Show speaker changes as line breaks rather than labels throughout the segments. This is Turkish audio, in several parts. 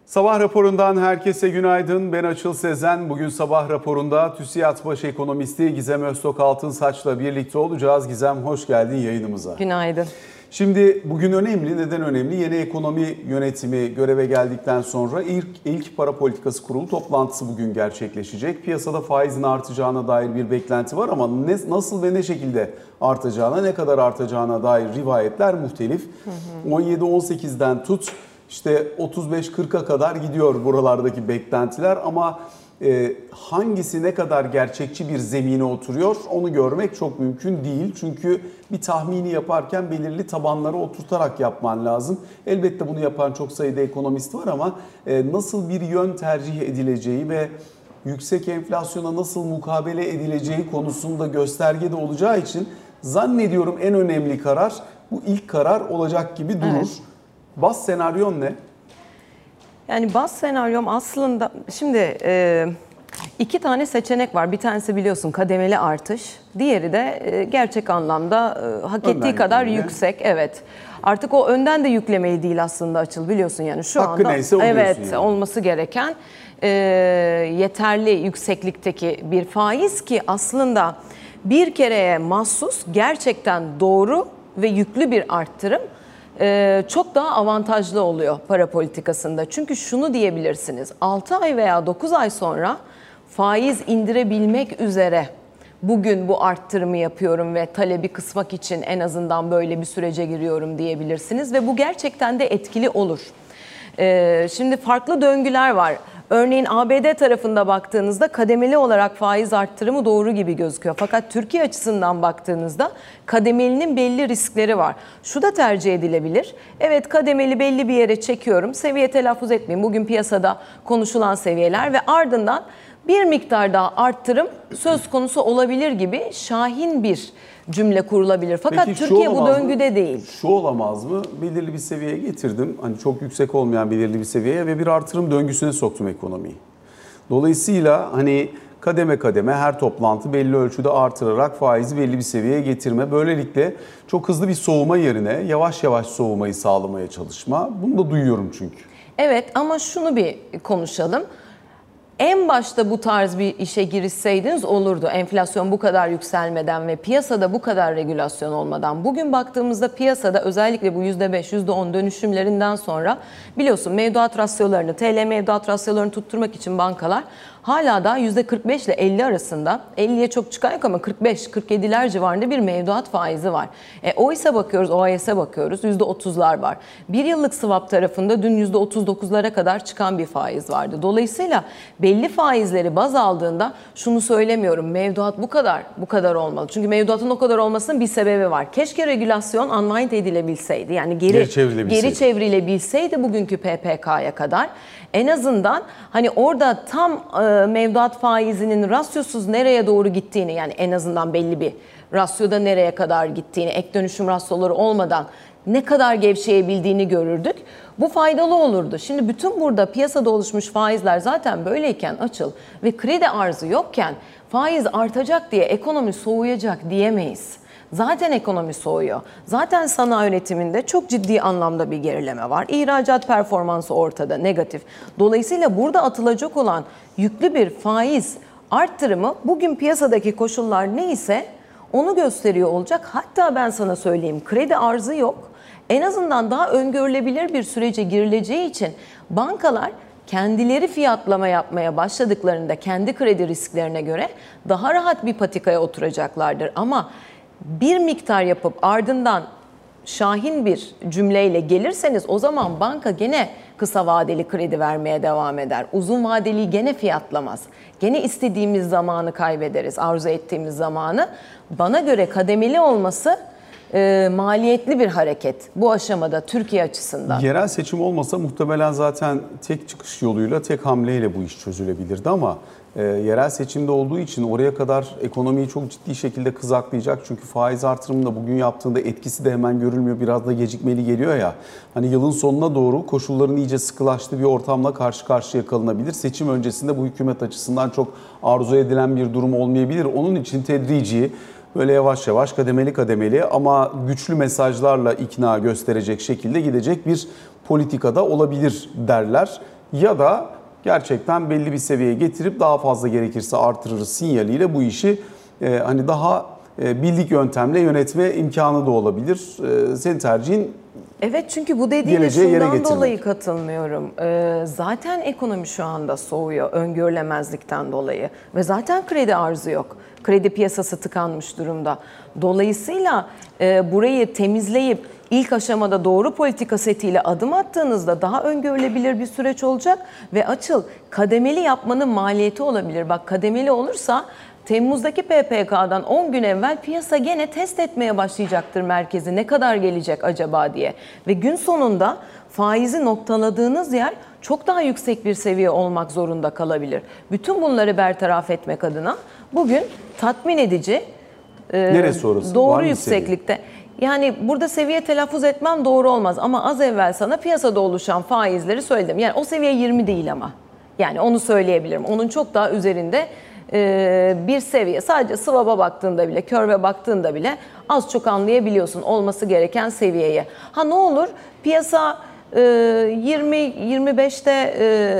Sabah raporundan herkese günaydın. Ben Açıl Sezen. Bugün sabah raporunda TÜSİAD Baş Ekonomisti Gizem Öztok Altınsaç'la birlikte olacağız. Gizem, hoş geldin yayınımıza.
Günaydın.
Şimdi bugün önemli. Neden önemli? Yeni ekonomi yönetimi göreve geldikten sonra ilk para politikası kurulu toplantısı bugün gerçekleşecek. Piyasada faizin artacağına dair bir beklenti var ama nasıl ve ne şekilde artacağına, ne kadar artacağına dair rivayetler muhtelif. 17-18'den tut İşte 35-40'a kadar gidiyor buralardaki beklentiler ama hangisi ne kadar gerçekçi bir zemine oturuyor onu görmek çok mümkün değil. Çünkü bir tahmini yaparken belirli tabanları oturtarak yapman lazım. Elbette bunu yapan çok sayıda ekonomist var ama nasıl bir yön tercih edileceği ve yüksek enflasyona nasıl mukabele edileceği konusunda gösterge de olacağı için zannediyorum en önemli karar bu ilk karar olacak gibi durur. Evet. Baz senaryon ne?
Yani baz senaryom aslında şimdi iki tane seçenek var. Bir tanesi biliyorsun kademeli artış. Diğeri de gerçek anlamda hak ettiği kadar yüksek. Evet. Artık o önden de yüklemeli değil aslında Açıl, biliyorsun yani şu
hakkı
anda.
Neyse
evet
yani.
Olması gereken yeterli yükseklikteki bir faiz ki aslında bir kereye mahsus gerçekten doğru ve yüklü bir arttırım çok daha avantajlı oluyor para politikasında. Çünkü şunu diyebilirsiniz, 6 ay veya 9 ay sonra faiz indirebilmek üzere bugün bu arttırımı yapıyorum ve talebi kısmak için en azından böyle bir sürece giriyorum diyebilirsiniz ve bu gerçekten de etkili olur. Şimdi farklı döngüler var. Örneğin ABD tarafında baktığınızda kademeli olarak faiz arttırımı doğru gibi gözüküyor. Fakat Türkiye açısından baktığınızda kademelinin belli riskleri var. Şu da tercih edilebilir. Evet, kademeli belli bir yere çekiyorum. Seviye telaffuz etmeyeyim. Bugün piyasada konuşulan seviyeler ve ardından bir miktar daha arttırım söz konusu olabilir gibi şahin bir cümle kurulabilir. Fakat
peki,
Türkiye bu döngüde değil.
Şu olamaz mı? Belirli bir seviyeye getirdim. Hani çok yüksek olmayan belirli bir seviyeye ve bir artırım döngüsüne soktum ekonomiyi. Dolayısıyla hani kademe kademe her toplantı belli ölçüde artırarak faizi belli bir seviyeye getirme. Böylelikle çok hızlı bir soğuma yerine yavaş yavaş soğumayı sağlamaya çalışma. Bunu da duyuyorum çünkü.
Evet, ama şunu bir konuşalım. En başta bu tarz bir işe girişseydiniz olurdu. Enflasyon bu kadar yükselmeden ve piyasada bu kadar regülasyon olmadan. Bugün baktığımızda piyasada özellikle bu %5, %10 dönüşümlerinden sonra biliyorsun mevduat rasyolarını, TL mevduat rasyolarını tutturmak için bankalar hala da %45 ile 50 arasında, 50'ye çok çıkan yok ama 45-47'ler civarında bir mevduat faizi var. Oysa bakıyoruz, OAS'e bakıyoruz, %30'lar var. Bir yıllık swap tarafında dün %39'lara kadar çıkan bir faiz vardı. Dolayısıyla belli faizleri baz aldığında şunu söylemiyorum, mevduat bu kadar olmalı. Çünkü mevduatın o kadar olmasının bir sebebi var. Keşke regülasyon unwind edilebilseydi. Yani geri çevrilebilseydi bugünkü PPK'ya kadar. En azından hani orada tam mevduat faizinin rasyosuz nereye doğru gittiğini, yani en azından belli bir rasyoda nereye kadar gittiğini, ek dönüşüm rasyoları olmadan ne kadar gevşeyebildiğini görürdük. Bu faydalı olurdu. Şimdi bütün burada piyasada oluşmuş faizler zaten böyleyken Açıl ve kredi arzı yokken faiz artacak diye ekonomi soğuyacak diyemeyiz. Zaten ekonomi soğuyor. Zaten sanayi üretiminde çok ciddi anlamda bir gerileme var. İhracat performansı ortada, negatif. Dolayısıyla burada atılacak olan yüklü bir faiz arttırımı bugün piyasadaki koşullar neyse onu gösteriyor olacak. Hatta ben sana söyleyeyim, kredi arzı yok. En azından daha öngörülebilir bir sürece girileceği için bankalar kendileri fiyatlama yapmaya başladıklarında kendi kredi risklerine göre daha rahat bir patikaya oturacaklardır. Ama bir miktar yapıp ardından şahin bir cümleyle gelirseniz o zaman banka gene kısa vadeli kredi vermeye devam eder. Uzun vadeli gene fiyatlamaz. Gene istediğimiz zamanı kaybederiz, arzu ettiğimiz zamanı. Bana göre kademeli olması maliyetli bir hareket bu aşamada Türkiye açısından.
Yerel seçim olmasa muhtemelen zaten tek çıkış yoluyla, tek hamleyle bu iş çözülebilirdi ama yerel seçimde olduğu için oraya kadar ekonomiyi çok ciddi şekilde kızaklayacak. Çünkü faiz artırımında bugün yaptığında etkisi de hemen görülmüyor. Biraz da gecikmeli geliyor ya. Hani yılın sonuna doğru koşulların iyice sıkılaştığı bir ortamla karşı karşıya kalınabilir. Seçim öncesinde bu hükümet açısından çok arzu edilen bir durum olmayabilir. Onun için tedrici, böyle yavaş yavaş kademeli kademeli ama güçlü mesajlarla ikna gösterecek şekilde gidecek bir politikada olabilir derler. ya da gerçekten belli bir seviyeye getirip daha fazla gerekirse artırırız sinyaliyle bu işi hani daha bildik yöntemle yönetme imkanı da olabilir. Senin tercihin
evet, çünkü bu dediğine
geleceğe yere
şundan
getirmek.
dolayı katılmıyorum. Zaten ekonomi şu anda soğuyor öngörülemezlikten dolayı ve zaten kredi arzı yok. Kredi piyasası tıkanmış durumda. Dolayısıyla burayı temizleyip ilk aşamada doğru politika setiyle adım attığınızda daha öngörülebilir bir süreç olacak ve Açıl, kademeli yapmanın maliyeti olabilir. Bak, kademeli olursa Temmuz'daki PPK'dan 10 gün evvel piyasa gene test etmeye başlayacaktır merkezi. Ne kadar gelecek acaba diye. Ve gün sonunda faizi noktaladığınız yer çok daha yüksek bir seviye olmak zorunda kalabilir. Bütün bunları bertaraf etmek adına bugün tatmin edici,
neresi orası? Var
doğru
mı
yükseklikte. Yani burada seviye telaffuz etmem doğru olmaz ama az evvel sana piyasada oluşan faizleri söyledim. Yani o seviye 20 değil ama. Yani onu söyleyebilirim. Onun çok daha üzerinde bir seviye. Sadece swap'a baktığında bile, curve'e baktığında bile az çok anlayabiliyorsun olması gereken seviyeye. Ha, ne olur piyasa 20-25'te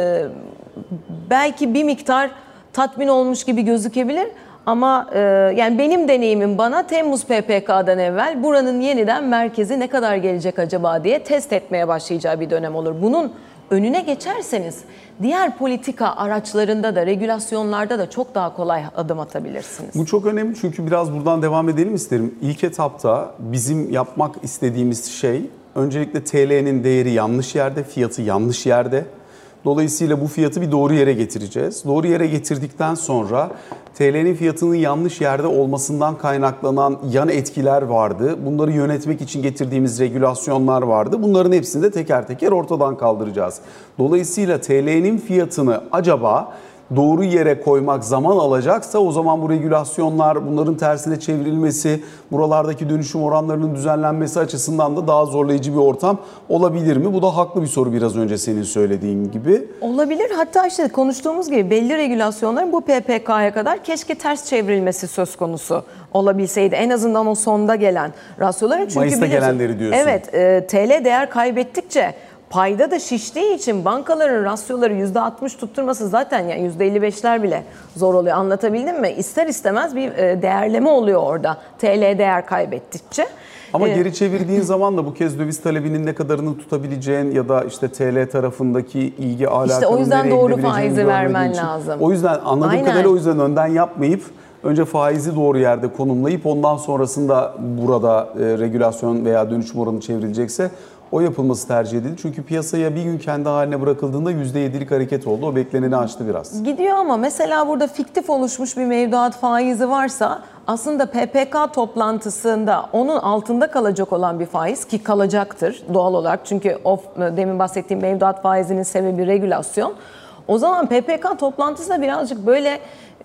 belki bir miktar tatmin olmuş gibi gözükebilir. Ama yani benim deneyimim bana Temmuz PPK'dan evvel buranın yeniden merkezi ne kadar gelecek acaba diye test etmeye başlayacağı bir dönem olur. Bunun önüne geçerseniz diğer politika araçlarında da, regülasyonlarda da çok daha kolay adım atabilirsiniz.
Bu çok önemli çünkü biraz buradan devam edelim isterim. İlk etapta bizim yapmak istediğimiz şey öncelikle TL'nin değeri yanlış yerde, fiyatı yanlış yerde. Dolayısıyla bu fiyatı bir doğru yere getireceğiz. Doğru yere getirdikten sonra TL'nin fiyatının yanlış yerde olmasından kaynaklanan yan etkiler vardı. Bunları yönetmek için getirdiğimiz regülasyonlar vardı. Bunların hepsini de teker teker ortadan kaldıracağız. Dolayısıyla TL'nin fiyatını acaba doğru yere koymak zaman alacaksa o zaman bu regülasyonlar, bunların tersine çevrilmesi, buralardaki dönüşüm oranlarının düzenlenmesi açısından da daha zorlayıcı bir ortam olabilir mi? Bu da haklı bir soru biraz önce senin söylediğin gibi.
Olabilir. Hatta işte konuştuğumuz gibi belli regülasyonların bu PPK'ya kadar keşke ters çevrilmesi söz konusu olabilseydi. En azından o sonda gelen rasyoların. Çünkü
Mayıs'ta gelenleri diyorsun.
Evet, TL değer kaybettikçe payda da şiştiği için bankaların rasyoları %60 tutturması zaten yani %55'ler bile zor oluyor. Anlatabildim mi? İster istemez bir değerleme oluyor orada TL değer kaybettikçe.
Ama geri çevirdiğin zaman da bu kez döviz talebinin ne kadarını tutabileceğin ya da işte TL tarafındaki ilgi alakanın
İşte o yüzden
nereye
doğru
gidebileceğini
faizi
görmediğin
vermen
için.
lazım.
O yüzden anladığım
Aynen.
kadarıyla o yüzden önden yapmayıp önce faizi doğru yerde konumlayıp ondan sonrasında burada regülasyon veya dönüşüm oranı çevrilecekse o yapılması tercih edildi. Çünkü piyasaya bir gün kendi haline bırakıldığında %7'lik hareket oldu. O bekleneni aştı biraz.
Gidiyor ama mesela burada fiktif oluşmuş bir mevduat faizi varsa aslında PPK toplantısında onun altında kalacak olan bir faiz ki kalacaktır doğal olarak. Çünkü o demin bahsettiğim mevduat faizinin sebebi regülasyon. O zaman PPK toplantısında birazcık böyle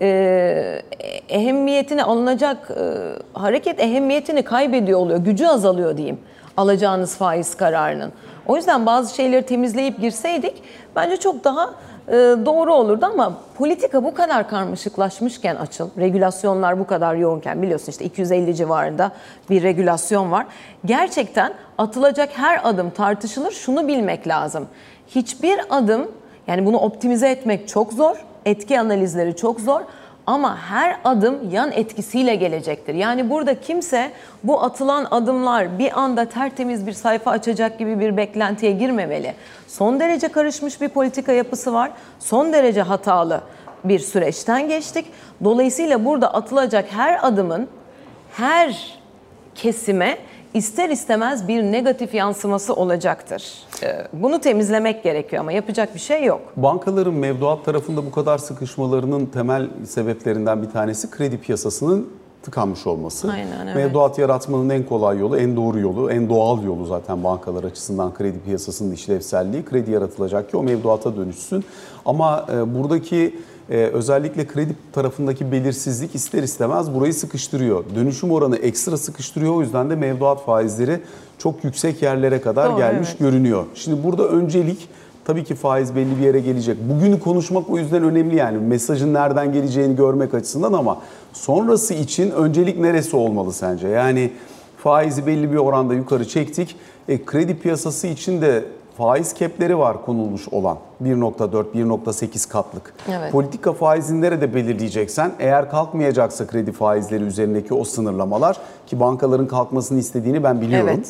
ehemmiyetini alınacak hareket ehemmiyetini kaybediyor oluyor. Gücü azalıyor diyeyim alacağınız faiz kararının. O yüzden bazı şeyleri temizleyip girseydik bence çok daha doğru olurdu ama politika bu kadar karmaşıklaşmışken Açıl, regülasyonlar bu kadar yoğunken biliyorsun işte 250 civarında bir regülasyon var. Gerçekten atılacak her adım tartışılır. Şunu bilmek lazım. Hiçbir adım, yani bunu optimize etmek çok zor, etki analizleri çok zor. Ama her adım yan etkisiyle gelecektir. Yani burada kimse bu atılan adımlar bir anda tertemiz bir sayfa açacak gibi bir beklentiye girmemeli. Son derece karışmış bir politika yapısı var. Son derece hatalı bir süreçten geçtik. Dolayısıyla burada atılacak her adımın her kesime ister istemez bir negatif yansıması olacaktır. Bunu temizlemek gerekiyor ama yapacak bir şey yok.
Bankaların mevduat tarafında bu kadar sıkışmalarının temel sebeplerinden bir tanesi kredi piyasasının tıkanmış olması.
Aynen, evet.
Mevduat yaratmanın en kolay yolu, en doğru yolu, en doğal yolu zaten bankalar açısından kredi piyasasının işlevselliği. Kredi yaratılacak ki o mevduata dönüşsün. Ama buradaki özellikle kredi tarafındaki belirsizlik ister istemez burayı sıkıştırıyor. Dönüşüm oranı ekstra sıkıştırıyor. O yüzden de mevduat faizleri çok yüksek yerlere kadar
Doğru,
gelmiş
evet.
görünüyor. Şimdi burada öncelik tabii ki faiz belli bir yere gelecek. Bugünü konuşmak o yüzden önemli yani. Mesajın nereden geleceğini görmek açısından ama sonrası için öncelik neresi olmalı sence? Yani faizi belli bir oranda yukarı çektik. Kredi piyasası için de faiz kepleri var konulmuş olan 1.4, 1.8 katlık.
Evet.
Politika faizini nerede belirleyeceksen, eğer kalkmayacaksa kredi faizleri üzerindeki o sınırlamalar, ki bankaların kalkmasını istediğini ben biliyorum.
Evet.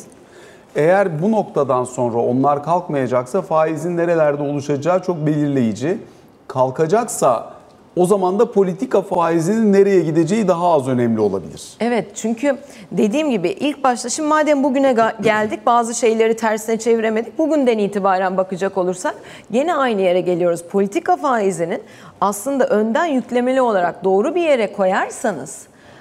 Eğer bu noktadan sonra onlar kalkmayacaksa faizin nerelerde oluşacağı çok belirleyici. Kalkacaksa o zaman da politika faizinin nereye gideceği daha az önemli olabilir.
Evet, çünkü dediğim gibi ilk başta, şimdi madem bugüne geldik, bazı şeyleri tersine çeviremedik. Bugünden itibaren bakacak olursak gene aynı yere geliyoruz. Politika faizinin aslında önden yüklemeli olarak doğru bir yere koyarsanız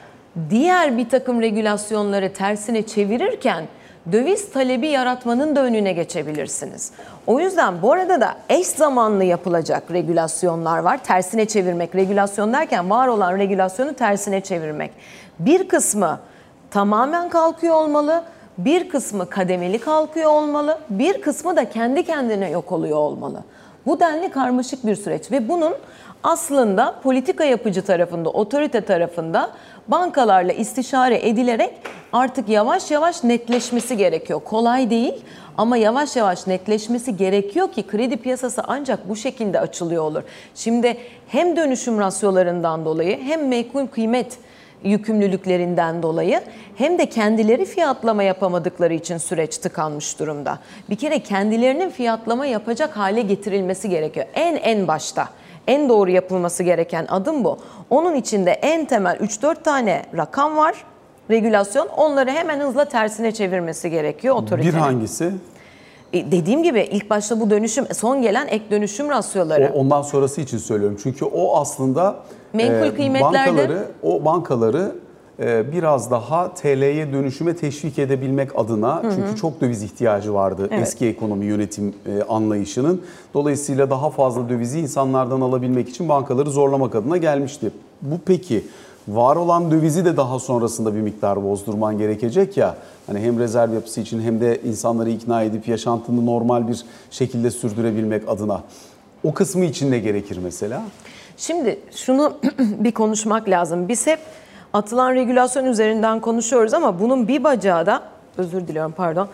diğer bir takım regülasyonları tersine çevirirken döviz talebi yaratmanın da önüne geçebilirsiniz. O yüzden bu arada da eş zamanlı yapılacak regülasyonlar var. Tersine çevirmek, regülasyon derken var olan regülasyonu tersine çevirmek. Bir kısmı tamamen kalkıyor olmalı, bir kısmı kademeli kalkıyor olmalı, bir kısmı da kendi kendine yok oluyor olmalı. Bu denli karmaşık bir süreç ve bunun aslında politika yapıcı tarafında, otorite tarafında bankalarla istişare edilerek artık yavaş yavaş netleşmesi gerekiyor. Kolay değil ama yavaş yavaş netleşmesi gerekiyor ki kredi piyasası ancak bu şekilde açılıyor olur. Şimdi hem dönüşüm rasyolarından dolayı hem menkul kıymet yükümlülüklerinden dolayı hem de kendileri fiyatlama yapamadıkları için süreç tıkanmış durumda. Bir kere kendilerinin fiyatlama yapacak hale getirilmesi gerekiyor. En başta. En doğru yapılması gereken adım bu. Onun içinde en temel 3-4 tane rakam var, regülasyon. Onları hemen hızla tersine çevirmesi gerekiyor otoritenin.
Bir hangisi?
Dediğim gibi ilk başta bu dönüşüm, son gelen ek dönüşüm rasyoları.
Ondan sonrası için söylüyorum. Çünkü o aslında
menkul kıymetlerde
bankaları biraz daha TL'ye dönüşüme teşvik edebilmek adına, çünkü çok döviz ihtiyacı vardı eski ekonomi yönetim anlayışının. Dolayısıyla daha fazla dövizi insanlardan alabilmek için bankaları zorlamak adına gelmişti. Bu peki var olan dövizi de daha sonrasında bir miktar bozdurman gerekecek ya. Hani hem rezerv yapısı için hem de insanları ikna edip yaşantını normal bir şekilde sürdürebilmek adına. O kısmı için ne gerekir mesela?
Şimdi şunu bir konuşmak lazım. Biz hep atılan regülasyon üzerinden konuşuyoruz ama bunun bir bacağı da, özür diliyorum pardon,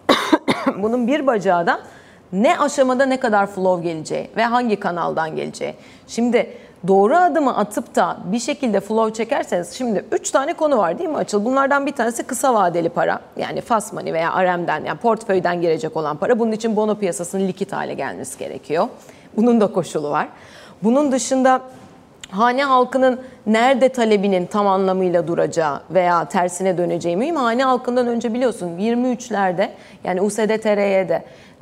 bunun bir bacağı da ne aşamada ne kadar flow geleceği ve hangi kanaldan geleceği. Şimdi doğru adımı atıp da bir şekilde flow çekerseniz, şimdi 3 tane konu var değil mi Açıl? Bunlardan bir tanesi kısa vadeli para, yani fast money veya RM'den, yani portföyden gelecek olan para. Bunun için bono piyasasının likit hale gelmesi gerekiyor. Bunun da koşulu var. Bunun dışında hane halkının nerede talebinin tam anlamıyla duracağı veya tersine döneceği mühim. Hane halkından önce biliyorsun 23'lerde, yani USD-TR'de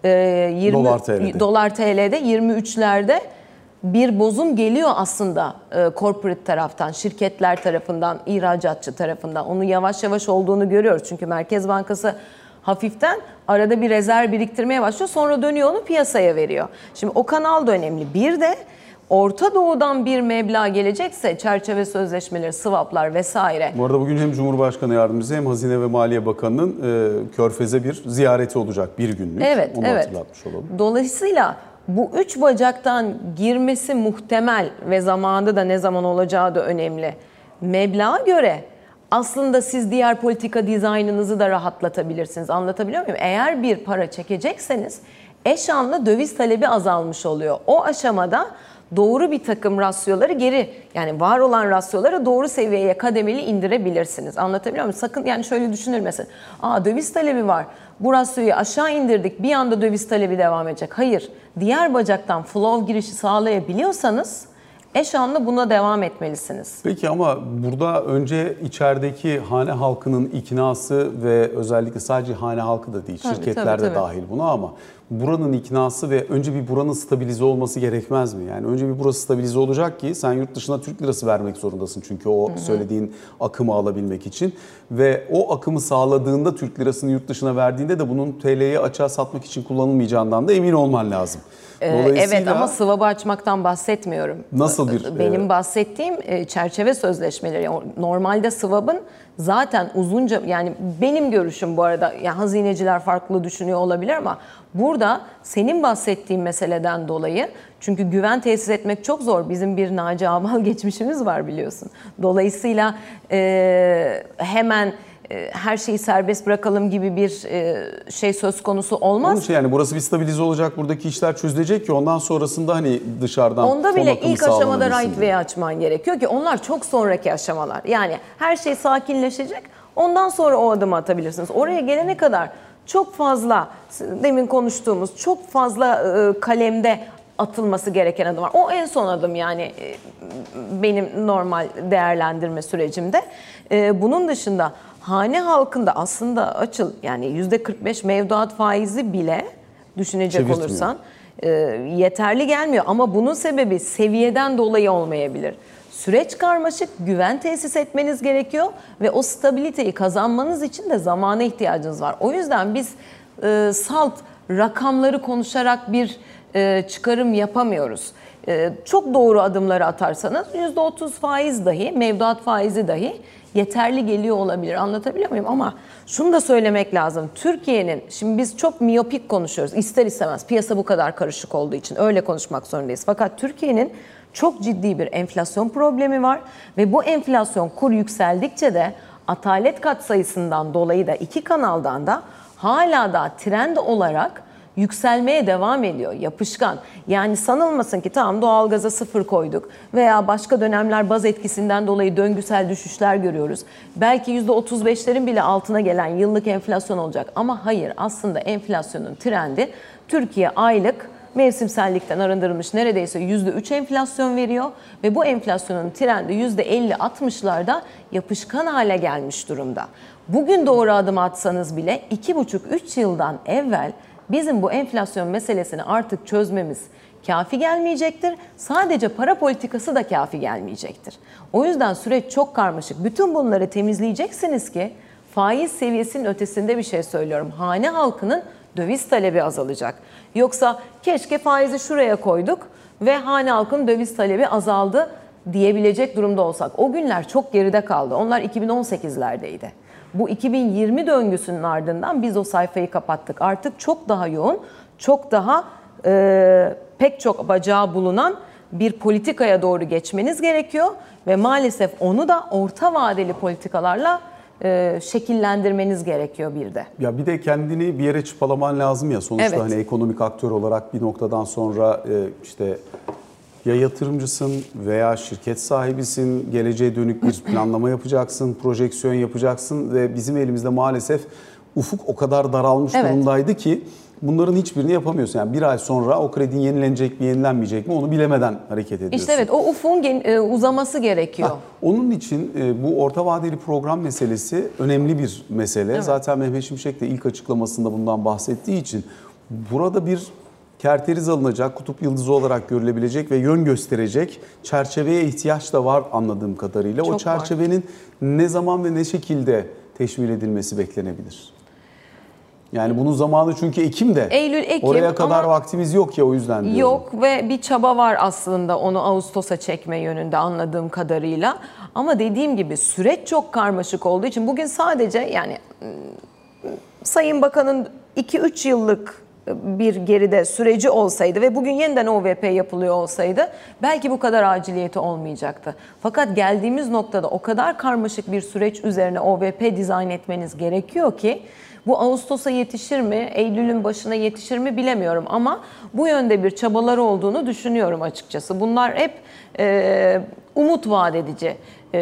dolar TL'de 23'lerde bir bozum geliyor aslında corporate taraftan, şirketler tarafından, ihracatçı tarafından. Onun yavaş yavaş olduğunu görüyoruz. Çünkü Merkez Bankası hafiften arada bir rezerv biriktirmeye başlıyor. Sonra dönüyor onu piyasaya veriyor. Şimdi o kanal da önemli. Bir de Orta Doğu'dan bir meblağ gelecekse çerçeve sözleşmeleri, swaplar vesaire.
Bu arada bugün hem Cumhurbaşkanı Yardımcısı hem Hazine ve Maliye Bakanı'nın Körfez'e bir ziyareti olacak, bir günlük.
Evet,
onu hatırlatmış olalım.
Dolayısıyla bu 3 bacaktan girmesi muhtemel ve zamanında da ne zaman olacağı da önemli. Meblağa göre aslında siz diğer politika dizaynınızı da rahatlatabilirsiniz. Anlatabiliyor muyum? Eğer bir para çekecekseniz eş anlı döviz talebi azalmış oluyor. O aşamada doğru bir takım rasyoları geri, yani var olan rasyoları doğru seviyeye kademeli indirebilirsiniz. Anlatabiliyor muyum? Sakın, yani şöyle düşünür mesela. Döviz talebi var. Bu rasyoyu aşağı indirdik. Bir anda döviz talebi devam edecek. Hayır. Diğer bacaktan flow girişi sağlayabiliyorsanız eş anlı buna devam etmelisiniz.
Peki ama burada önce içerideki hane halkının iknası ve özellikle sadece hane halkı da değil, şirketler de dahil buna, ama buranın iknası ve önce bir buranın stabilize olması gerekmez mi? Yani önce bir burası stabilize olacak ki sen yurt dışına Türk lirası vermek zorundasın çünkü o söylediğin akımı alabilmek için. Ve o akımı sağladığında, Türk lirasını yurt dışına verdiğinde de bunun TL'ye açığa satmak için kullanılmayacağından da emin olman lazım.
Evet, ama swap'ı açmaktan bahsetmiyorum.
Nasıl bir?
Benim bahsettiğim çerçeve sözleşmeleri. Yani normalde swap'ın zaten uzunca, yani benim görüşüm bu arada, yani hazineciler farklı düşünüyor olabilir ama burada senin bahsettiğin meseleden dolayı, çünkü güven tesis etmek çok zor. Bizim bir Naci Ağbal geçmişimiz var biliyorsun. Dolayısıyla hemen her şeyi serbest bırakalım gibi bir şey söz konusu olmaz.
Onun için yani burası bir stabilize olacak, buradaki işler çözülecek ki ondan sonrasında hani dışarıdan
onda bile ilk aşamada
sağlanabilsin
right way açman gerekiyor ki onlar çok sonraki aşamalar. Yani her şey sakinleşecek, ondan sonra o adımı atabilirsiniz. Oraya gelene kadar çok fazla, demin konuştuğumuz çok fazla kalemde atılması gereken adım var. O en son adım yani benim normal değerlendirme sürecimde. Bunun dışında hane halkında aslında Açıl yani %45 mevduat faizi bile düşünecek olursan yeterli gelmiyor. Ama bunun sebebi seviyeden dolayı olmayabilir. Süreç karmaşık, güven tesis etmeniz gerekiyor ve o stabiliteyi kazanmanız için de zamana ihtiyacınız var. O yüzden biz salt rakamları konuşarak bir çıkarım yapamıyoruz. Çok doğru adımları atarsanız %30 faiz dahi, mevduat faizi dahi yeterli geliyor olabilir. Anlatabiliyor muyum? Ama şunu da söylemek lazım. Türkiye'nin, şimdi biz çok miyopik konuşuyoruz. İster istemez piyasa bu kadar karışık olduğu için öyle konuşmak zorundayız. Fakat Türkiye'nin çok ciddi bir enflasyon problemi var ve bu enflasyon kur yükseldikçe de atalet katsayısından dolayı da iki kanaldan da hala da trend olarak yükselmeye devam ediyor, yapışkan. Yani sanılmasın ki tamam doğalgaza sıfır koyduk veya başka dönemler baz etkisinden dolayı döngüsel düşüşler görüyoruz. Belki %35'lerin bile altına gelen yıllık enflasyon olacak. Ama hayır, aslında enflasyonun trendi Türkiye aylık mevsimsellikten arındırılmış neredeyse %3 enflasyon veriyor ve bu enflasyonun trendi %50-60'larda yapışkan hale gelmiş durumda. Bugün doğru adım atsanız bile 2,5-3 yıldan evvel bizim bu enflasyon meselesini artık çözmemiz kafi gelmeyecektir. Sadece para politikası da kafi gelmeyecektir. O yüzden süreç çok karmaşık. Bütün bunları temizleyeceksiniz ki faiz seviyesinin ötesinde bir şey söylüyorum. Hane halkının döviz talebi azalacak. Yoksa keşke faizi şuraya koyduk ve hane halkının döviz talebi azaldı diyebilecek durumda olsak. O günler çok geride kaldı. Onlar 2018'lerdeydi. Bu 2020 döngüsünün ardından biz o sayfayı kapattık. Artık çok daha yoğun, çok daha pek çok bacağı bulunan bir politikaya doğru geçmeniz gerekiyor. Ve maalesef onu da orta vadeli politikalarla şekillendirmeniz gerekiyor bir de.
Ya bir de kendini bir yere çıpalaman lazım ya sonuçta
Evet.
hani ekonomik aktör olarak bir noktadan sonra işte ya yatırımcısın veya şirket sahibisin, geleceğe dönük bir planlama yapacaksın, projeksiyon yapacaksın ve bizim elimizde maalesef ufuk o kadar daralmış durumdaydı ki bunların hiçbirini yapamıyorsun. Yani bir ay sonra o kredin yenilenecek mi, yenilenmeyecek mi onu bilemeden hareket ediyorsun.
İşte evet, o ufuğun uzaması gerekiyor.
Onun için bu orta vadeli program meselesi önemli bir mesele. Evet. Zaten Mehmet Şimşek de ilk açıklamasında bundan bahsettiği için burada bir kerteriz alınacak, kutup yıldızı olarak görülebilecek ve yön gösterecek çerçeveye ihtiyaç da var anladığım kadarıyla.
Çok
o çerçevenin ne zaman ve ne şekilde teşmil edilmesi beklenebilir? Yani bunun zamanı çünkü Ekim'de.
Eylül, Ekim.
Oraya kadar vaktimiz yok ya o yüzden diyorum.
Yok ve bir çaba var aslında onu Ağustos'a çekme yönünde anladığım kadarıyla. Ama dediğim gibi süreç çok karmaşık olduğu için bugün sadece yani Sayın Bakan'ın 2-3 yıllık bir geride süreci olsaydı ve bugün yeniden OVP yapılıyor olsaydı belki bu kadar aciliyeti olmayacaktı. Fakat geldiğimiz noktada o kadar karmaşık bir süreç üzerine OVP dizayn etmeniz gerekiyor ki bu Ağustos'a yetişir mi, Eylül'ün başına yetişir mi bilemiyorum ama bu yönde bir çabalar olduğunu düşünüyorum açıkçası. Bunlar hep umut vaat edici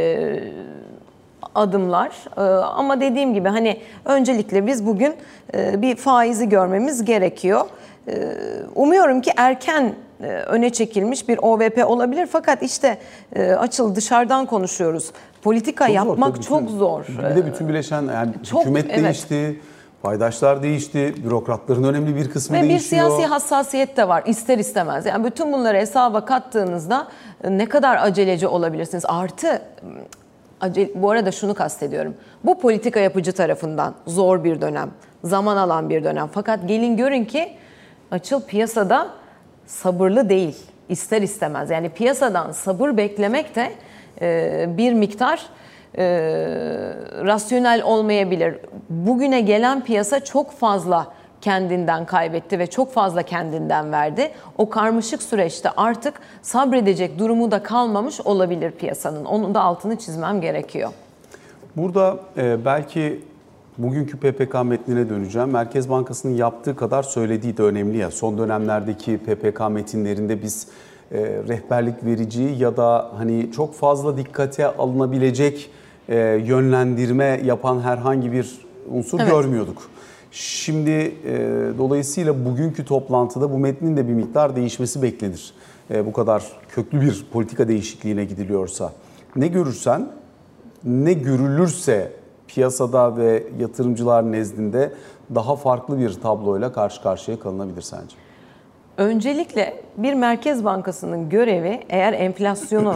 adımlar ama dediğim gibi hani öncelikle biz bugün bir faizi görmemiz gerekiyor. Umuyorum ki erken öne çekilmiş bir OVP olabilir fakat işte Açıl dışarıdan konuşuyoruz. Politika
çok
yapmak
zor,
çok zor.
Bir de bütün bileşen yani
Çok,
hükümet değişti. Paydaşlar değişti, bürokratların önemli bir kısmı değişiyor.
Ve bir siyasi hassasiyet de var ister istemez. Yani bütün bunları hesaba kattığınızda ne kadar aceleci olabilirsiniz. Artı, bu arada şunu kastediyorum. Bu politika yapıcı tarafından zor bir dönem, zaman alan bir dönem. Fakat gelin görün ki Açıl piyasada sabırlı değil, ister istemez. Yani piyasadan sabır beklemek de bir miktar rasyonel olmayabilir. Bugüne gelen piyasa çok fazla kendinden kaybetti ve çok fazla kendinden verdi. O karmaşık süreçte artık sabredecek durumu da kalmamış olabilir piyasanın. Onun da altını çizmem gerekiyor.
Burada belki bugünkü PPK metnine döneceğim. Merkez Bankası'nın yaptığı kadar söylediği de önemli ya. Son dönemlerdeki PPK metinlerinde biz rehberlik verici ya da hani çok fazla dikkate alınabilecek yönlendirme yapan herhangi bir unsur görmüyorduk. Şimdi dolayısıyla bugünkü toplantıda bu metnin de bir miktar değişmesi beklenir. Bu kadar köklü bir politika değişikliğine gidiliyorsa. Ne görürsen, ne görülürse piyasada ve yatırımcılar nezdinde daha farklı bir tabloyla karşı karşıya kalınabilir sence?
Öncelikle bir Merkez Bankası'nın görevi eğer enflasyonu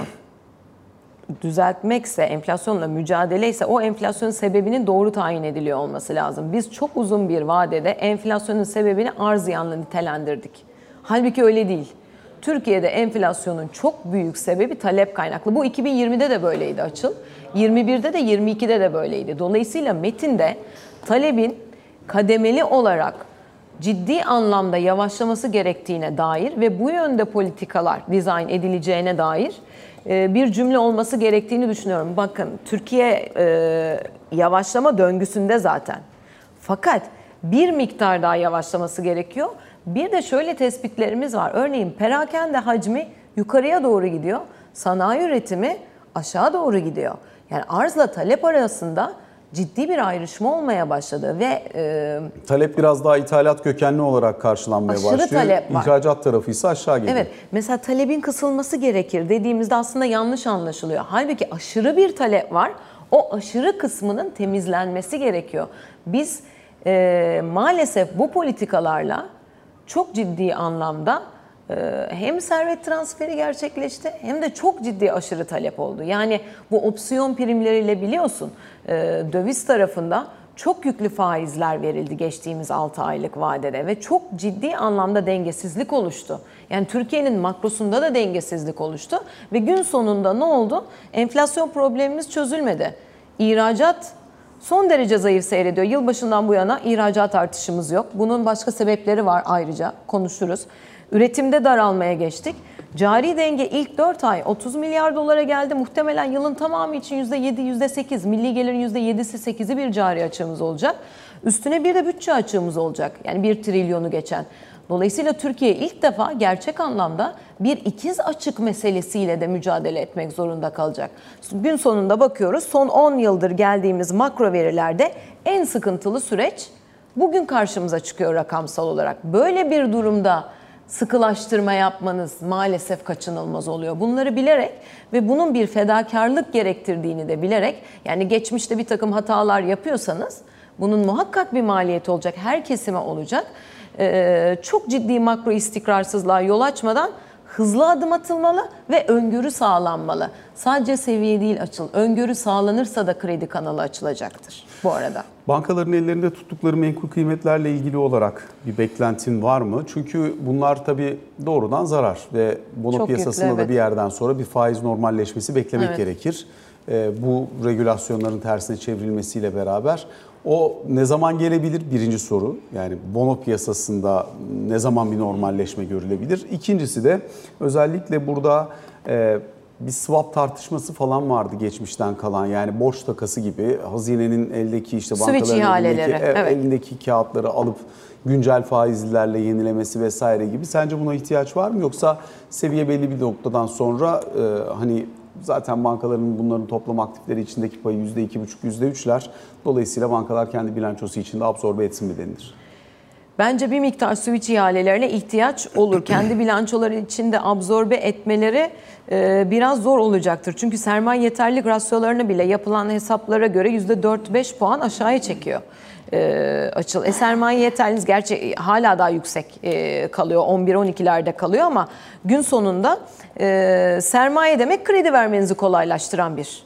düzeltmekse, enflasyonla mücadele ise o enflasyonun sebebinin doğru tayin ediliyor olması lazım. Biz çok uzun bir vadede enflasyonun sebebini arz yanlı nitelendirdik. Halbuki öyle değil. Türkiye'de enflasyonun çok büyük sebebi talep kaynaklı. Bu 2020'de de böyleydi Açıl. 21'de de 22'de de böyleydi. Dolayısıyla metinde talebin kademeli olarak ciddi anlamda yavaşlaması gerektiğine dair ve bu yönde politikalar dizayn edileceğine dair bir cümle olması gerektiğini düşünüyorum. Bakın Türkiye yavaşlama döngüsünde zaten. Fakat bir miktar daha yavaşlaması gerekiyor. Bir de şöyle tespitlerimiz var. Örneğin perakende hacmi yukarıya doğru gidiyor. Sanayi üretimi aşağı doğru gidiyor. Yani arzla talep arasında ciddi bir ayrışma olmaya başladı ve
talep biraz daha ithalat kökenli olarak karşılanmaya başlıyor.
Aşırı talep var.
İhracat tarafı ise aşağı geliyor.
Evet. Mesela talebin kısılması gerekir dediğimizde aslında yanlış anlaşılıyor. Halbuki aşırı bir talep var. O aşırı kısmının temizlenmesi gerekiyor. Biz maalesef bu politikalarla çok ciddi anlamda hem servet transferi gerçekleşti hem de çok ciddi aşırı talep oldu. Yani bu opsiyon primleriyle biliyorsun döviz tarafında çok yüklü faizler verildi geçtiğimiz 6 aylık vadede ve çok ciddi anlamda dengesizlik oluştu. Yani Türkiye'nin makrosunda da dengesizlik oluştu ve gün sonunda ne oldu? Enflasyon problemimiz çözülmedi. İhracat son derece zayıf seyrediyor. Yılbaşından bu yana ihracat artışımız yok. Bunun başka sebepleri var, ayrıca konuşuruz. Üretimde daralmaya geçtik. Cari denge ilk 4 ay 30 milyar dolara geldi. Muhtemelen yılın tamamı için %7, %8, milli gelirin %7'si 8'i bir cari açığımız olacak. Üstüne bir de bütçe açığımız olacak. Yani 1 trilyonu geçen. Dolayısıyla Türkiye ilk defa gerçek anlamda bir ikiz açık meselesiyle de mücadele etmek zorunda kalacak. Gün sonunda bakıyoruz, son 10 yıldır geldiğimiz makro verilerde en sıkıntılı süreç bugün karşımıza çıkıyor rakamsal olarak. Böyle bir durumda sıkılaştırma yapmanız maalesef kaçınılmaz oluyor. Bunları bilerek ve bunun bir fedakarlık gerektirdiğini de bilerek, yani geçmişte bir takım hatalar yapıyorsanız bunun muhakkak bir maliyeti olacak, her kesime olacak. Çok ciddi makro istikrarsızlığa yol açmadan hızlı adım atılmalı ve öngörü sağlanmalı. Sadece seviye değil Açıl, öngörü sağlanırsa da kredi kanalı açılacaktır bu arada.
Bankaların ellerinde tuttukları menkul kıymetlerle ilgili olarak bir beklentin var mı? Çünkü bunlar tabii doğrudan zarar ve bono piyasasında da bir yerden sonra bir faiz normalleşmesi beklemek gerekir. Bu regülasyonların tersine çevrilmesiyle beraber o ne zaman gelebilir? Birinci soru. Yani bono piyasasında ne zaman bir normalleşme görülebilir? İkincisi de özellikle burada bir swap tartışması falan vardı geçmişten kalan, yani borç takası gibi hazinenin eldeki işte bankaların elindeki kağıtları alıp güncel faizlerle yenilemesi vesaire gibi. Sence buna ihtiyaç var mı, yoksa seviye belli bir noktadan sonra hani zaten bankaların bunların toplam aktifleri içindeki payı %2,5, %3'ler, dolayısıyla bankalar kendi bilançosu içinde absorbe etsin mi denilir?
Bence bir miktar switch ihalelerine ihtiyaç olur. Kendi bilançoları içinde absorbe etmeleri biraz zor olacaktır. Çünkü sermaye yeterlilik rasyolarını bile yapılan hesaplara göre %4-5 puan aşağıya çekiyor. Açıl. Sermaye yeterliliğiniz gerçi hala daha yüksek kalıyor. 11-12'lerde kalıyor ama gün sonunda sermaye demek kredi vermenizi kolaylaştıran bir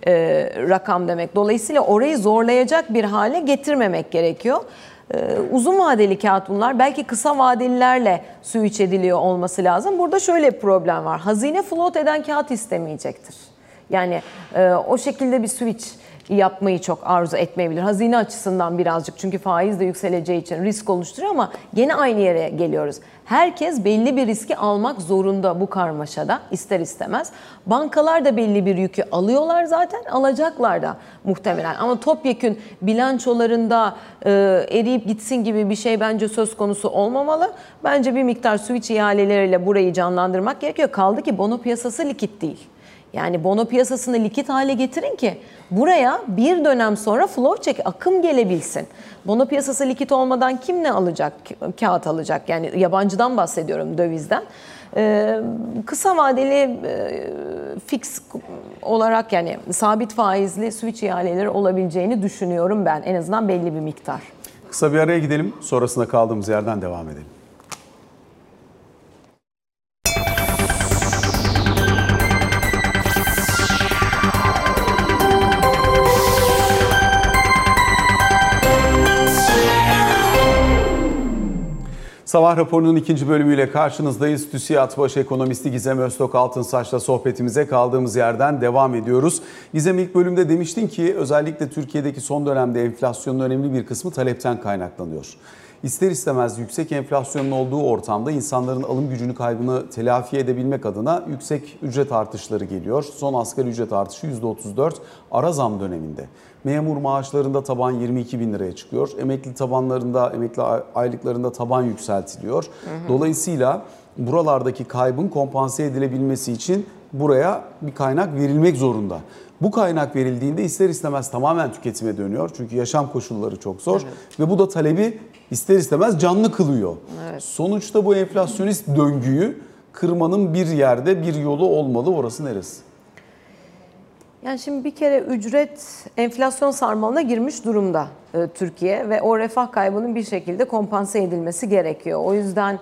rakam demek. Dolayısıyla orayı zorlayacak bir hale getirmemek gerekiyor. Uzun vadeli kağıt bunlar. Belki kısa vadelilerle switch ediliyor olması lazım. Burada şöyle bir problem var. Hazine float eden kağıt istemeyecektir. Yani o şekilde bir switch yapmayı çok arzu etmeyebilir. Hazine açısından birazcık, çünkü faiz de yükseleceği için risk oluşturuyor ama gene aynı yere geliyoruz. Herkes belli bir riski almak zorunda bu karmaşada, ister istemez. Bankalar da belli bir yükü alıyorlar zaten, alacaklar da muhtemelen. Ama topyekün bilançolarında eriyip gitsin gibi bir şey bence söz konusu olmamalı. Bence bir miktar switch ihaleleriyle burayı canlandırmak gerekiyor. Kaldı ki bono piyasası likit değil. Yani bono piyasasını likit hale getirin ki buraya bir dönem sonra flow check, akım gelebilsin. Bono piyasası likit olmadan kim ne alacak, kağıt alacak? Yani yabancıdan bahsediyorum, dövizden. Kısa vadeli fix olarak, yani sabit faizli switch ihaleleri olabileceğini düşünüyorum ben. En azından belli bir miktar.
Kısa bir araya gidelim. Sonrasında kaldığımız yerden devam edelim. Sabah raporunun ikinci bölümüyle karşınızdayız. TÜSİAD Baş Ekonomisti Gizem Öztok Altınsaç'la sohbetimize kaldığımız yerden devam ediyoruz. Gizem, ilk bölümde demiştin ki özellikle Türkiye'deki son dönemde enflasyonun önemli bir kısmı talepten kaynaklanıyor. İster istemez yüksek enflasyonun olduğu ortamda insanların alım gücünü kaybını telafi edebilmek adına yüksek ücret artışları geliyor. Son asgari ücret artışı %34 ara zam döneminde. Memur maaşlarında taban 22 bin liraya çıkıyor. Emekli tabanlarında, emekli aylıklarında taban yükseltiliyor. Dolayısıyla buralardaki kaybın kompanse edilebilmesi için buraya bir kaynak verilmek zorunda. Bu kaynak verildiğinde ister istemez tamamen tüketime dönüyor. Çünkü yaşam koşulları çok zor ve bu da talebi ister istemez canlı kılıyor. Evet. Sonuçta bu enflasyonist döngüyü kırmanın bir yerde bir yolu olmalı. Orası neresi?
Yani şimdi bir kere ücret enflasyon sarmalına girmiş durumda Türkiye ve o refah kaybının bir şekilde kompanse edilmesi gerekiyor. O yüzden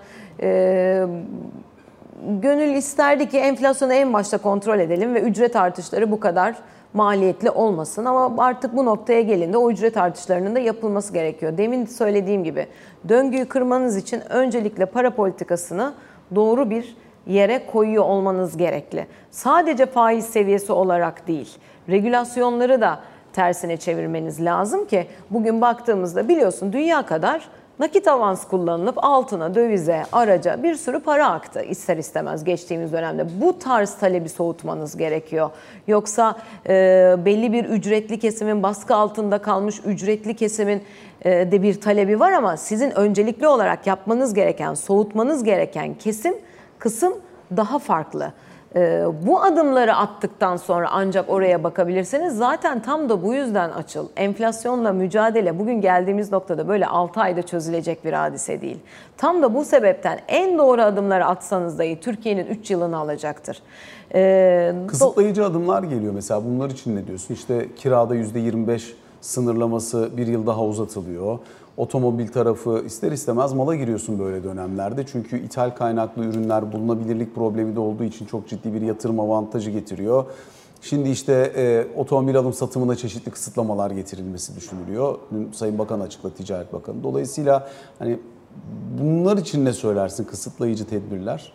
gönül isterdi ki enflasyonu en başta kontrol edelim ve ücret artışları bu kadar maliyetli olmasın. Ama artık bu noktaya gelindi, o ücret artışlarının da yapılması gerekiyor. Demin söylediğim gibi döngüyü kırmanız için öncelikle para politikasını doğru bir yere koyuyor olmanız gerekli. Sadece faiz seviyesi olarak değil, regülasyonları da tersine çevirmeniz lazım ki bugün baktığımızda biliyorsun dünya kadar nakit avans kullanılıp altına, dövize, araca bir sürü para aktı ister istemez geçtiğimiz dönemde. Bu tarz talebi soğutmanız gerekiyor. Yoksa belli bir ücretli kesimin, baskı altında kalmış ücretli kesimin de bir talebi var ama sizin öncelikli olarak yapmanız gereken, soğutmanız gereken kısım daha farklı. Bu adımları attıktan sonra ancak oraya bakabilirsiniz. Zaten tam da bu yüzden açıl. Enflasyonla mücadele bugün geldiğimiz noktada böyle 6 ayda çözülecek bir hadise değil. Tam da bu sebepten en doğru adımları atsanız dahi Türkiye'nin 3 yılını alacaktır.
Kısıtlayıcı adımlar geliyor mesela. Bunlar için ne diyorsun? İşte kirada %25 sınırlaması bir yıl daha uzatılıyor. Otomobil tarafı ister istemez mala giriyorsun böyle dönemlerde. Çünkü ithal kaynaklı ürünler bulunabilirlik problemi de olduğu için çok ciddi bir yatırım avantajı getiriyor. Şimdi işte otomobil alım satımına çeşitli kısıtlamalar getirilmesi düşünülüyor. Dün Sayın Bakan açıkladı, Ticaret Bakanı. Dolayısıyla hani bunlar için ne söylersin, kısıtlayıcı tedbirler?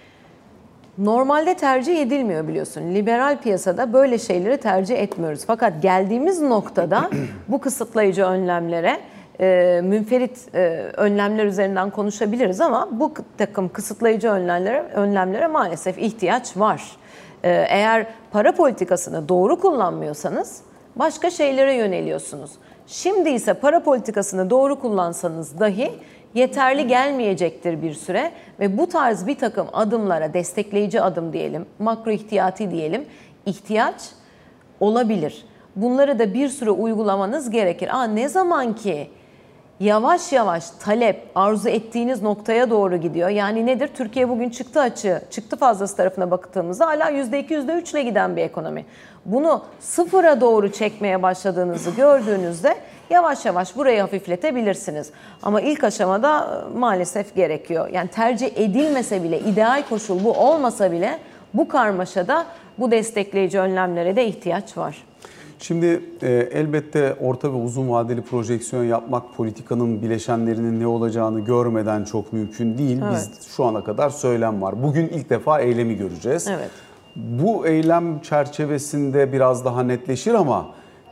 Normalde tercih edilmiyor biliyorsun. Liberal piyasada böyle şeyleri tercih etmiyoruz. Fakat geldiğimiz noktada bu kısıtlayıcı önlemlere münferit önlemler üzerinden konuşabiliriz ama bu takım kısıtlayıcı önlemlere maalesef ihtiyaç var. Eğer para politikasını doğru kullanmıyorsanız başka şeylere yöneliyorsunuz. Şimdi ise para politikasını doğru kullansanız dahi yeterli gelmeyecektir bir süre ve bu tarz bir takım adımlara, destekleyici adım diyelim, makro ihtiyati diyelim, ihtiyaç olabilir. Bunları da bir süre uygulamanız gerekir. Ne zaman ki yavaş yavaş talep arzu ettiğiniz noktaya doğru gidiyor. Yani nedir? Türkiye bugün çıktı fazlası tarafına baktığımızda hala %2, %3 ile giden bir ekonomi. Bunu sıfıra doğru çekmeye başladığınızı gördüğünüzde yavaş yavaş burayı hafifletebilirsiniz. Ama ilk aşamada maalesef gerekiyor. Yani tercih edilmese bile, ideal koşul bu olmasa bile bu karmaşada bu destekleyici önlemlere de ihtiyaç var.
Şimdi elbette orta ve uzun vadeli projeksiyon yapmak politikanın bileşenlerinin ne olacağını görmeden çok mümkün değil. Evet. Biz şu ana kadar söylem var. Bugün ilk defa eylemi göreceğiz.
Evet.
Bu eylem çerçevesinde biraz daha netleşir ama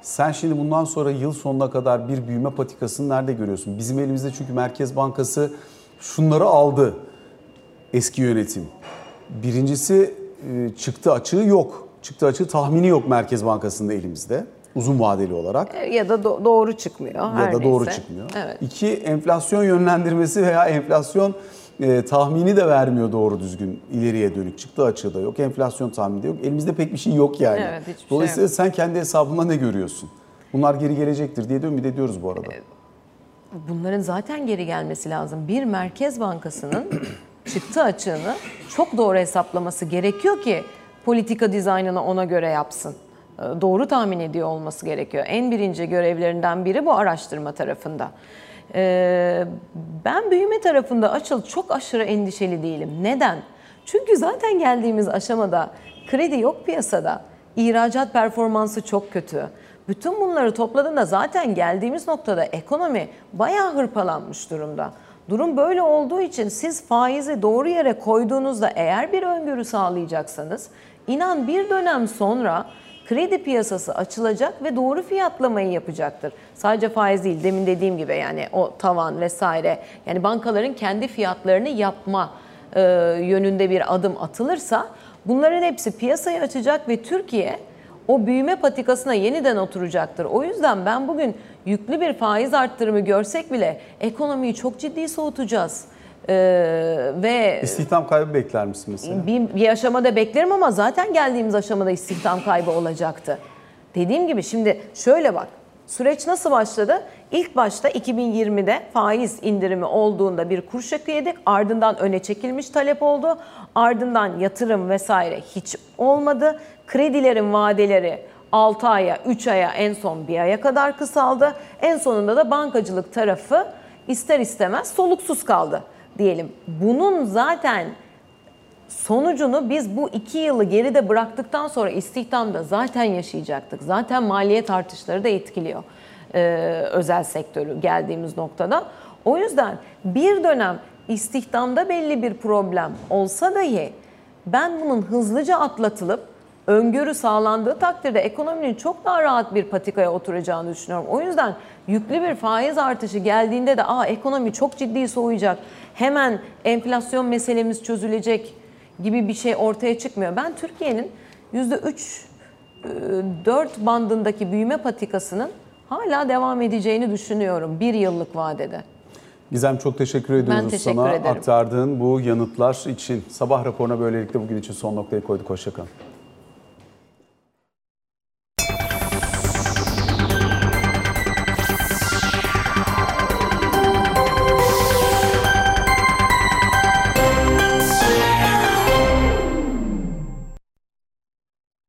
Sen şimdi bundan sonra yıl sonuna kadar bir büyüme patikasını nerede görüyorsun? Bizim elimizde çünkü Merkez Bankası şunları aldı eski yönetim. Birincisi çıktı açığı yok. Çıktı açığı tahmini yok Merkez Bankası'nda elimizde uzun vadeli olarak.
Ya da doğru çıkmıyor.
Ya da doğru çıkmıyor. Evet. İki, enflasyon yönlendirmesi veya enflasyon tahmini de vermiyor doğru düzgün ileriye dönük. Çıktı açığı da yok, enflasyon tahmini de yok. Elimizde pek bir şey yok yani.
Evet,
Dolayısıyla sen kendi hesabında ne görüyorsun? Bunlar geri gelecektir diye de ümit ediyoruz bu arada.
Bunların zaten geri gelmesi lazım. Bir Merkez Bankası'nın çıktı açığını çok doğru hesaplaması gerekiyor ki politika dizaynını ona göre yapsın. Doğru tahmin ediyor olması gerekiyor. En birinci görevlerinden biri bu araştırma tarafında. Ben büyüme tarafında Açıl çok aşırı endişeli değilim. Neden? Çünkü zaten geldiğimiz aşamada kredi yok piyasada. İhracat performansı çok kötü. Bütün bunları topladığında zaten geldiğimiz noktada ekonomi bayağı hırpalanmış durumda. Durum böyle olduğu için siz faizi doğru yere koyduğunuzda eğer bir öngörü sağlayacaksanız inan bir dönem sonra kredi piyasası açılacak ve doğru fiyatlamayı yapacaktır. Sadece faiz değil, demin dediğim gibi yani o tavan vesaire, yani bankaların kendi fiyatlarını yapma yönünde bir adım atılırsa bunların hepsi piyasayı açacak ve Türkiye o büyüme patikasına yeniden oturacaktır. O yüzden ben bugün yüklü bir faiz arttırımı görsek bile ekonomiyi çok ciddi soğutacağız. Ve
İstihdam kaybı bekler misin mesela?
Bir aşamada beklerim ama zaten geldiğimiz aşamada istihdam kaybı olacaktı. Dediğim gibi şimdi şöyle bak, süreç nasıl başladı? İlk başta 2020'de faiz indirimi olduğunda bir kur şoku yedik. Ardından öne çekilmiş talep oldu. Ardından yatırım vesaire hiç olmadı. Kredilerin vadeleri 6 aya, 3 aya, en son 1 aya kadar kısaldı. En sonunda da bankacılık tarafı ister istemez soluksuz kaldı diyelim. Bunun zaten sonucunu biz bu 2 yılı geride bıraktıktan sonra istihdamda zaten yaşayacaktık. Zaten maliyet artışları da etkiliyor özel sektörü geldiğimiz noktada. O yüzden bir dönem istihdamda belli bir problem olsa dahi ben bunun hızlıca atlatılıp öngörü sağlandığı takdirde ekonominin çok daha rahat bir patikaya oturacağını düşünüyorum. O yüzden yüklü bir faiz artışı geldiğinde de ekonomi çok ciddi soğuyacak, hemen enflasyon meselemiz çözülecek gibi bir şey ortaya çıkmıyor. Ben Türkiye'nin %3-4 bandındaki büyüme patikasının hala devam edeceğini düşünüyorum 1 yıllık vadede.
Gizem, çok teşekkür ediyoruz
ben teşekkür
sana
ederim.
Aktardığın bu yanıtlar için. Sabah raporuna böylelikle bugün için son noktayı koyduk. Hoşça kalın.